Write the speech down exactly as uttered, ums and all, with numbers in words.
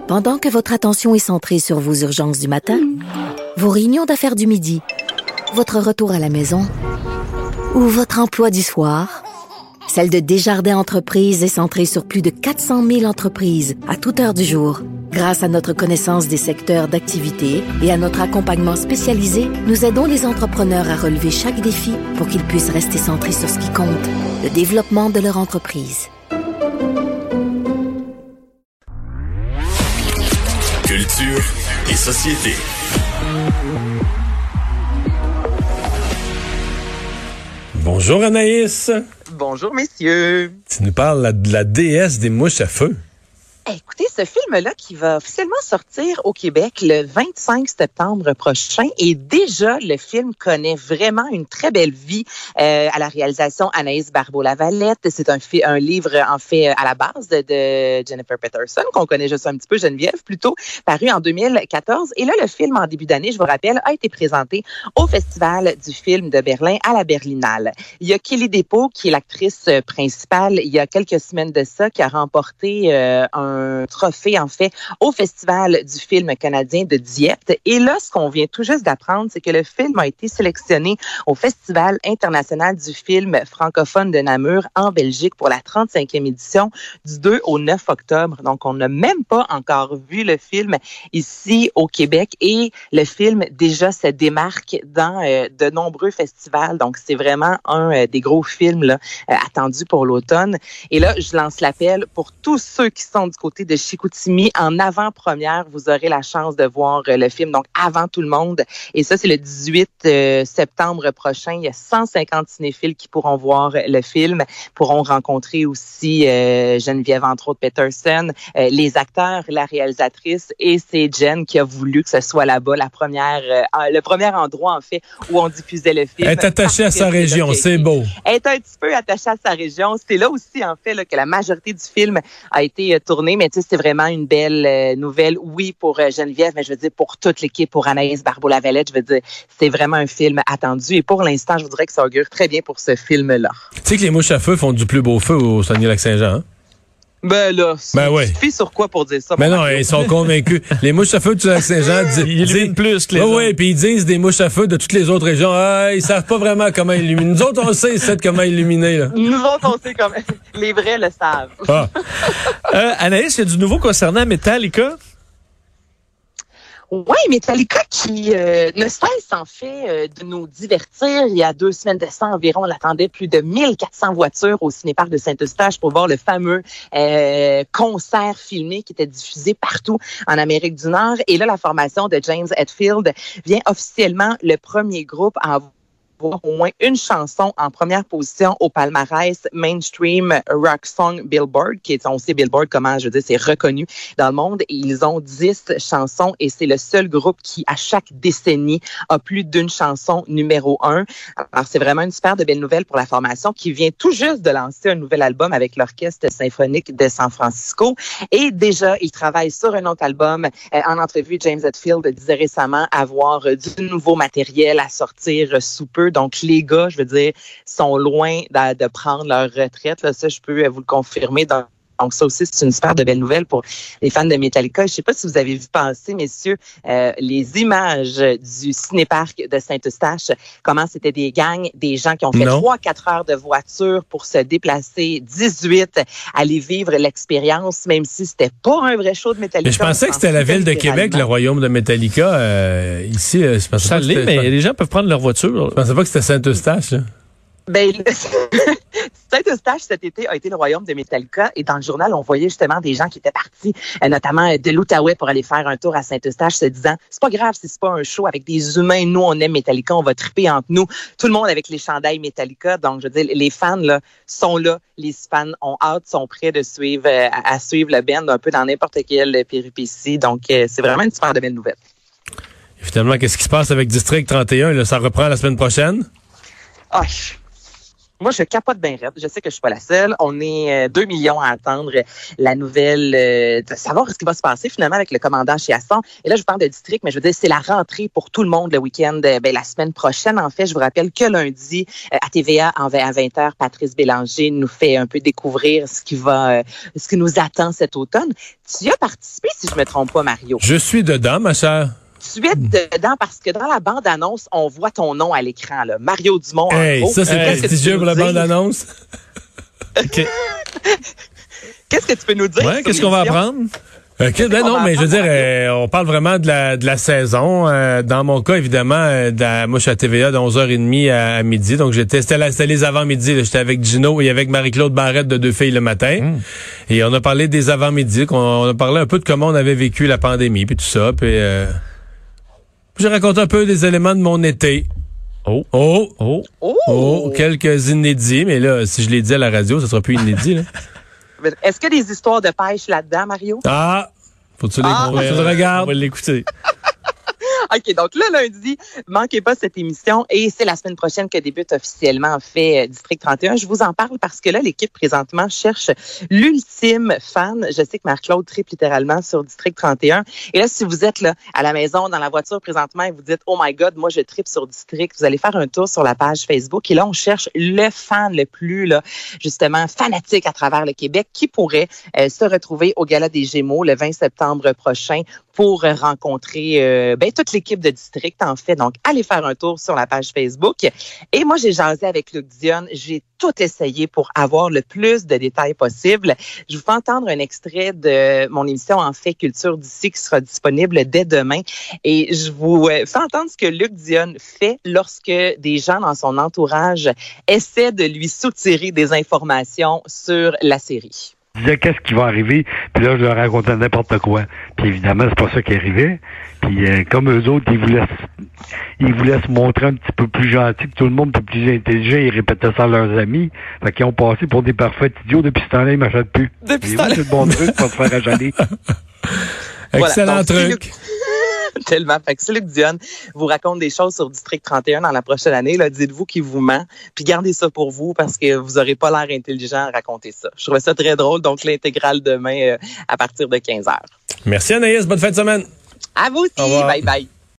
Pendant que votre attention est centrée sur vos urgences du matin, vos réunions d'affaires du midi, votre retour à la maison ou votre emploi du soir, celle de Desjardins Entreprises est centrée sur plus de quatre cent mille entreprises à toute heure du jour. Grâce à notre connaissance des secteurs d'activité et à notre accompagnement spécialisé, nous aidons les entrepreneurs à relever chaque défi pour qu'ils puissent rester centrés sur ce qui compte, le développement de leur entreprise. Culture et société. Bonjour Anaïs. Bonjour messieurs. Tu nous parles de la déesse des mouches à feu. Écoutez, ce film-là qui va officiellement sortir au Québec le vingt-cinq septembre prochain et déjà le film connaît vraiment une très belle vie euh, à la réalisation Anaïs Barbeau-Lavalette. C'est un, fi- un livre en fait à la base de, de Jennifer Peterson qu'on connaît juste un petit peu, Geneviève plutôt, paru en deux mille quatorze. Et là, le film en début d'année, je vous rappelle, a été présenté au Festival du film de Berlin à la Berlinale. Il y a Kelly Depot qui est l'actrice principale il y a quelques semaines de ça qui a remporté euh, un un trophée, en fait, au Festival du film canadien de Dieppe. Et là, ce qu'on vient tout juste d'apprendre, c'est que le film a été sélectionné au Festival international du film francophone de Namur en Belgique pour la trente-cinquième édition du deux au neuf octobre. Donc, on n'a même pas encore vu le film ici au Québec et le film déjà se démarque dans euh, de nombreux festivals. Donc, c'est vraiment un euh, des gros films là, euh, attendus pour l'automne. Et là, je lance l'appel pour tous ceux qui sont du côté de Chicoutimi. En avant-première, vous aurez la chance de voir le film, donc avant tout le monde. Et ça, c'est le dix-huit septembre prochain. Il y a cent cinquante cinéphiles qui pourront voir le film, pourront rencontrer aussi euh, Geneviève, entre autres, Peterson, euh, les acteurs, la réalisatrice, et c'est Jen qui a voulu que ce soit là-bas, la première, euh, le premier endroit, en fait, où on diffusait le film. Elle est attachée à sa région, c'est beau. Elle est un petit peu attachée à sa région. C'est là aussi, en fait, là, que la majorité du film a été euh, tournée. Mais tu sais, c'est vraiment une belle euh, nouvelle, oui, pour euh, Geneviève, mais je veux dire pour toute l'équipe, pour Anaïs Barbeau-Lavalette, je veux dire, c'est vraiment un film attendu. Et pour l'instant, je vous dirais que ça augure très bien pour ce film-là. Tu sais que les mouches à feu font du plus beau feu au Saguenay-Lac-Saint-Jean, hein? Ben là, ben ouais. Tu te fies sur quoi pour dire ça? Mais non, ils sont convaincus. Les mouches à feu du Lac-Saint-Jean disent... Ils illuminent plus que les autres. Oui, puis ils disent des mouches à feu de toutes les autres régions. Ah, ils savent pas vraiment comment illuminer. Nous autres, on sait, c'est comment illuminer, là. Nous autres, on sait comment. Les vrais le savent. Ah. euh, Anaïs, il y a du nouveau concernant Metallica? Oui, Metallica qui euh, ne cesse en fait euh, de nous divertir. Il y a deux semaines de ça environ, on attendait plus de mille quatre cents voitures au Cinéparc de Saint-Eustache pour voir le fameux euh, concert filmé qui était diffusé partout en Amérique du Nord. Et là, la formation de James Hetfield vient officiellement le premier groupe à avoir au moins une chanson en première position au palmarès Mainstream Rock Song Billboard, qui est, on sait Billboard, comment, je veux dire, c'est reconnu dans le monde. Et ils ont dix chansons et c'est le seul groupe qui, à chaque décennie, a plus d'une chanson numéro un. Alors, c'est vraiment une super de belle nouvelle pour la formation qui vient tout juste de lancer un nouvel album avec l'Orchestre symphonique de San Francisco. Et déjà, ils travaillent sur un autre album. Euh, en entrevue, James Hetfield disait récemment avoir euh, du nouveau matériel à sortir euh, sous peu. Donc, les gars, je veux dire, sont loin de, de prendre leur retraite. Là, ça, je peux vous le confirmer. Donc, donc, ça aussi, c'est une super de belle nouvelle pour les fans de Metallica. Je ne sais pas si vous avez vu passer, messieurs, euh, les images du cinéparc de Saint-Eustache, comment c'était des gangs, des gens qui ont fait trois à quatre heures de voiture pour se déplacer, dix-huit, aller vivre l'expérience, même si c'était pas un vrai show de Metallica. Mais je pensais que c'était la ville de Québec, le royaume de Metallica. Euh, ici, je pensais ça pas que l'est, mais les gens peuvent prendre leur voiture. Je pensais pas que c'était Saint-Eustache, là. Ben, Saint-Eustache, cet été, a été le royaume de Metallica. Et dans le journal, on voyait justement des gens qui étaient partis, euh, notamment de l'Outaouais, pour aller faire un tour à Saint-Eustache, se disant, c'est pas grave si c'est pas un show avec des humains. Nous, on aime Metallica, on va triper entre nous. Tout le monde avec les chandails Metallica. Donc, je veux dire, les fans, là, sont là. Les fans ont hâte, sont prêts de suivre, euh, à suivre le band un peu dans n'importe quelle péripétie. Donc, euh, c'est vraiment une super de belle nouvelle. Et finalement, qu'est-ce qui se passe avec District trente et un? Là, ça reprend la semaine prochaine? Ah, Moi, je capote bien raide. Je sais que je suis pas la seule. On est euh, deux millions à attendre la nouvelle, euh, de savoir ce qui va se passer finalement avec le commandant Chiasson. Et là, je vous parle de district, mais je veux dire, c'est la rentrée pour tout le monde le week-end. Euh, ben, la semaine prochaine, en fait, je vous rappelle que lundi, euh, à T V A, en, à vingt heures, Patrice Bélanger nous fait un peu découvrir ce qui va, euh, ce qui nous attend cet automne. Tu y as participé, si je me trompe pas, Mario. Je suis dedans, ma chère. Tu es dedans parce que dans la bande-annonce, on voit ton nom à l'écran, là. Mario Dumont. Hey, en gros. ça, c'est Qu'est-ce que tu prestigieux peux pour nous la dire? bande-annonce. OK. Qu'est-ce que tu peux nous dire? Ouais, sur qu'est-ce qu'on va l'émission? apprendre? OK, ben non, mais je veux dire, euh, on parle vraiment de la de la saison. Euh, dans mon cas, évidemment, euh, de la- moi, je suis à T V A de onze heures trente à, à midi. Donc, j'étais, c'était, la- c'était les avant-midi. là. J'étais avec Gino et avec Marie-Claude Barrette de Deux filles le matin. Mm. Et on a parlé des avant-midi, qu'on on a parlé un peu de comment on avait vécu la pandémie, puis tout ça. Puis, euh, j'ai raconté un peu des éléments de mon été. Oh. Oh! Oh. Oh! Oh! Quelques inédits, mais là, si je l'ai dit à la radio, ça sera plus inédit, là. Est-ce qu'il y a des histoires de pêche là-dedans, Mario? Ah! Faut-tu les, Ah! faut-tu le On regarder? va l'écouter. OK, donc le lundi, manquez pas cette émission et c'est la semaine prochaine que débute officiellement en fait District trente et un. Je vous en parle parce que là, l'équipe présentement cherche l'ultime fan. Je sais que Marc-Claude tripe littéralement sur District trente et un. Et là, si vous êtes là à la maison, dans la voiture présentement et vous dites « Oh my God, moi je tripe sur District », vous allez faire un tour sur la page Facebook et là, on cherche le fan le plus, là, justement, fanatique à travers le Québec qui pourrait euh, se retrouver au Gala des Gémeaux le vingt septembre prochain pour rencontrer euh, ben, toute l'équipe de District, en fait. Donc, allez faire un tour sur la page Facebook. Et moi, j'ai jasé avec Luc Dionne. J'ai tout essayé pour avoir le plus de détails possible. Je vous fais entendre un extrait de mon émission, en fait, Culture d'ici, qui sera disponible dès demain. Et je vous euh, fais entendre ce que Luc Dionne fait lorsque des gens dans son entourage essaient de lui soutirer des informations sur la série. Je disais qu'est-ce qui va arriver, puis là je leur racontais n'importe quoi. Puis évidemment, c'est pas ça qui arrivait. Puis euh, comme eux autres, ils voulaient ils voulaient se montrer un petit peu plus gentils que tout le monde, un peu plus intelligent, ils répétaient ça à leurs amis. Fait qu'ils ont passé pour des parfaits idiots. Depuis ce temps-là, ils m'achètent plus. Depuis ce Et temps-là. oui, c'est le bon truc pour te faire ajaler. Excellent Voilà, donc, c'est truc. Luc- Tellement. Fait que si Luc Dionne vous raconte des choses sur District trente et un dans la prochaine année, là, dites-vous qu'il vous ment, puis gardez ça pour vous parce que vous n'aurez pas l'air intelligent à raconter ça. Je trouvais ça très drôle, donc l'intégrale demain euh, à partir de quinze heures. Merci Anaïs, bonne fin de semaine. À vous Au aussi. revoir. Bye bye.